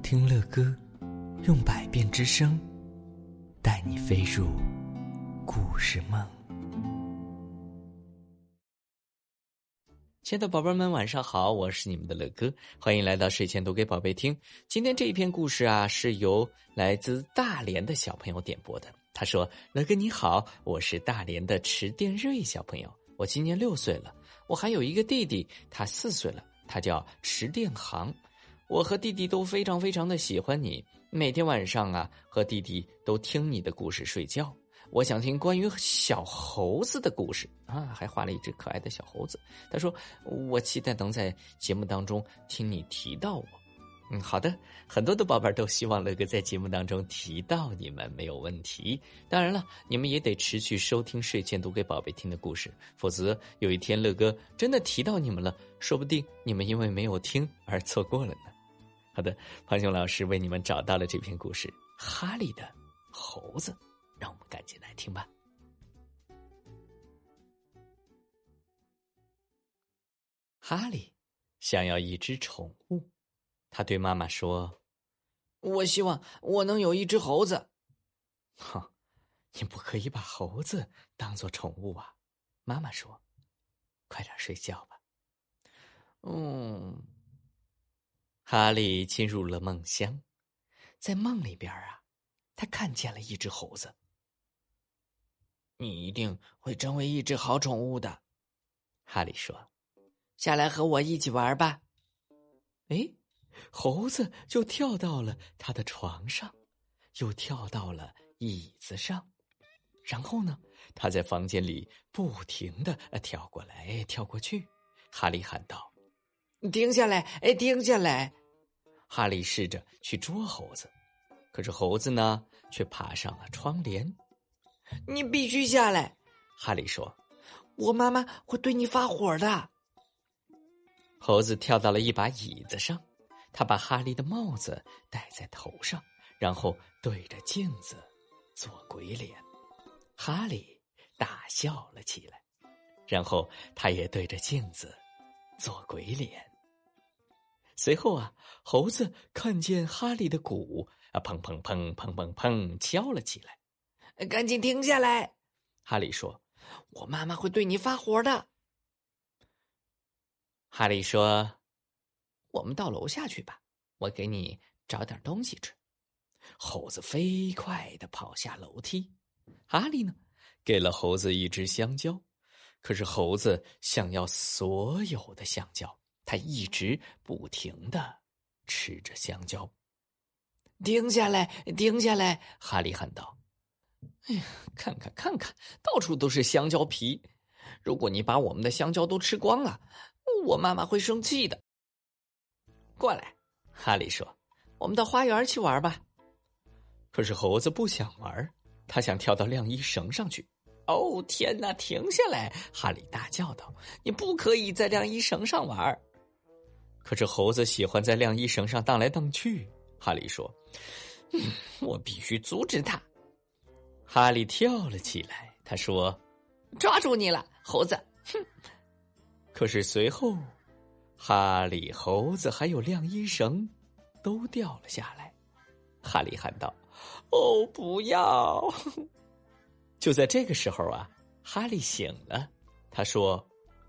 听乐歌，用百变之声带你飞入故事梦。亲爱的宝贝们，晚上好，我是你们的乐哥，欢迎来到睡前读给宝贝听。今天这一篇故事啊，是由来自大连的小朋友点播的。他说：乐哥你好，我是大连的池殿瑞小朋友，我今年6岁了，我还有一个弟弟，他4岁了，他叫池殿航。我和弟弟都非常非常的喜欢你，每天晚上啊，和弟弟都听你的故事睡觉。我想听关于小猴子的故事啊，还画了一只可爱的小猴子。他说我期待能在节目当中听你提到我。好的，很多的宝贝都希望乐哥在节目当中提到你们，没有问题。当然了，你们也得持续收听睡前读给宝贝听的故事，否则有一天乐哥真的提到你们了，说不定你们因为没有听而错过了呢。好的，胖熊老师为你们找到了这篇故事，哈利的猴子，让我们赶紧来听吧。哈利想要一只宠物，他对妈妈说：我希望我能有一只猴子。哼，你不可以把猴子当作宠物啊，妈妈说，快点睡觉吧。哈利进入了梦乡，在梦里边啊，他看见了一只猴子。你一定会成为一只好宠物的，哈利说，下来和我一起玩吧。猴子就跳到了他的床上，又跳到了椅子上，然后呢，他在房间里不停地跳过来跳过去。哈利喊道：停下来，停下来。哈利试着去捉猴子，可是猴子呢，却爬上了窗帘。你必须下来，哈利说，我妈妈会对你发火的。猴子跳到了一把椅子上，他把哈利的帽子戴在头上，然后对着镜子做鬼脸。哈利大笑了起来，然后他也对着镜子做鬼脸。随后啊，猴子看见哈利的鼓砰砰砰砰砰砰敲了起来。赶紧停下来，哈利说，我妈妈会对你发火的。哈利说，我们到楼下去吧，我给你找点东西吃。猴子飞快地跑下楼梯，哈利呢，给了猴子一只香蕉，可是猴子想要所有的香蕉，他一直不停地吃着香蕉。停下来，停下来，哈利喊道。哎呀，看看看看，到处都是香蕉皮，如果你把我们的香蕉都吃光了，我妈妈会生气的。过来，哈利说，我们到花园去玩吧。可是猴子不想玩，他想跳到晾衣绳上去。哦，天哪，停下来，哈利大叫道，你不可以在晾衣绳上玩。可是猴子喜欢在晾衣绳上荡来荡去，哈利说，我必须阻止他。哈利跳了起来，他说，抓住你了，猴子，哼！可是随后，哈利、猴子还有晾衣绳都掉了下来。哈利喊道，哦，不要！就在这个时候啊，哈利醒了，他说，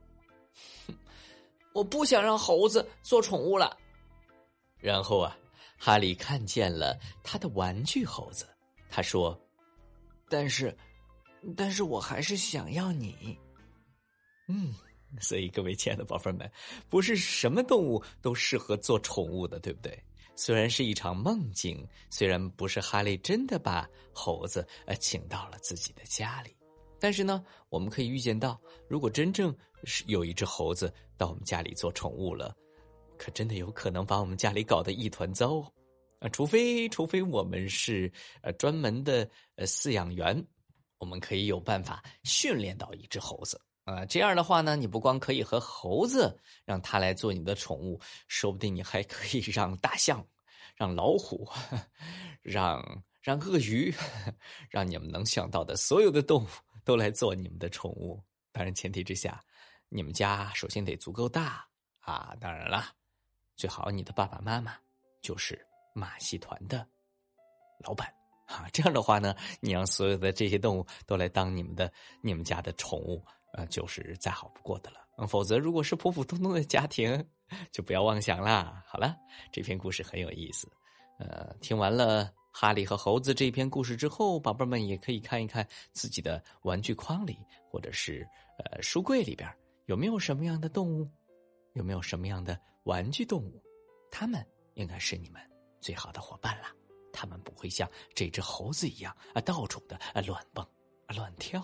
我不想让猴子做宠物了。然后啊，哈利看见了他的玩具猴子，他说，但是我还是想要你。所以各位亲爱的宝贝们，不是什么动物都适合做宠物的，对不对？虽然是一场梦境，虽然不是哈利真的把猴子请到了自己的家里，但是呢，我们可以预见到，如果真正是有一只猴子到我们家里做宠物了，可真的有可能把我们家里搞得一团糟除非我们是专门的饲养员，我们可以有办法训练到一只猴子这样的话呢，你不光可以和猴子让它来做你的宠物，说不定你还可以让大象、让老虎、让鳄鱼、让你们能想到的所有的动物都来做你们的宠物。当然前提之下，你们家首先得足够大当然了，最好你的爸爸妈妈就是马戏团的老板这样的话呢，你让所有的这些动物都来当你们家的宠物，就是再好不过的了。否则如果是普普通通的家庭，就不要妄想啦。好了，这篇故事很有意思。听完了哈利和猴子这篇故事之后，宝贝们也可以看一看自己的玩具筐里或者是书柜里边有没有什么样的动物，有没有什么样的玩具动物，它们应该是你们最好的伙伴啦。他们不会像这只猴子一样到处的乱蹦乱跳。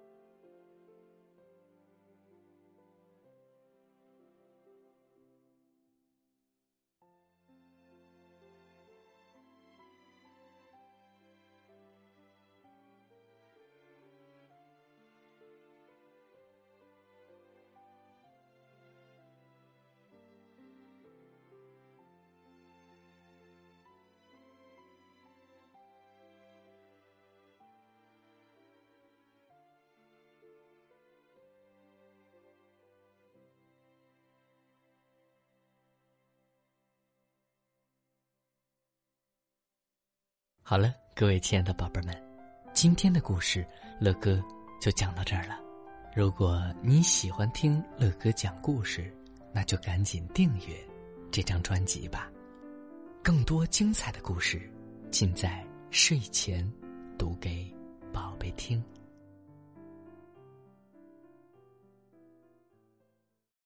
好了，各位亲爱的宝贝们，今天的故事乐哥就讲到这儿了。如果你喜欢听乐哥讲故事，那就赶紧订阅这张专辑吧。更多精彩的故事尽在睡前读给宝贝听。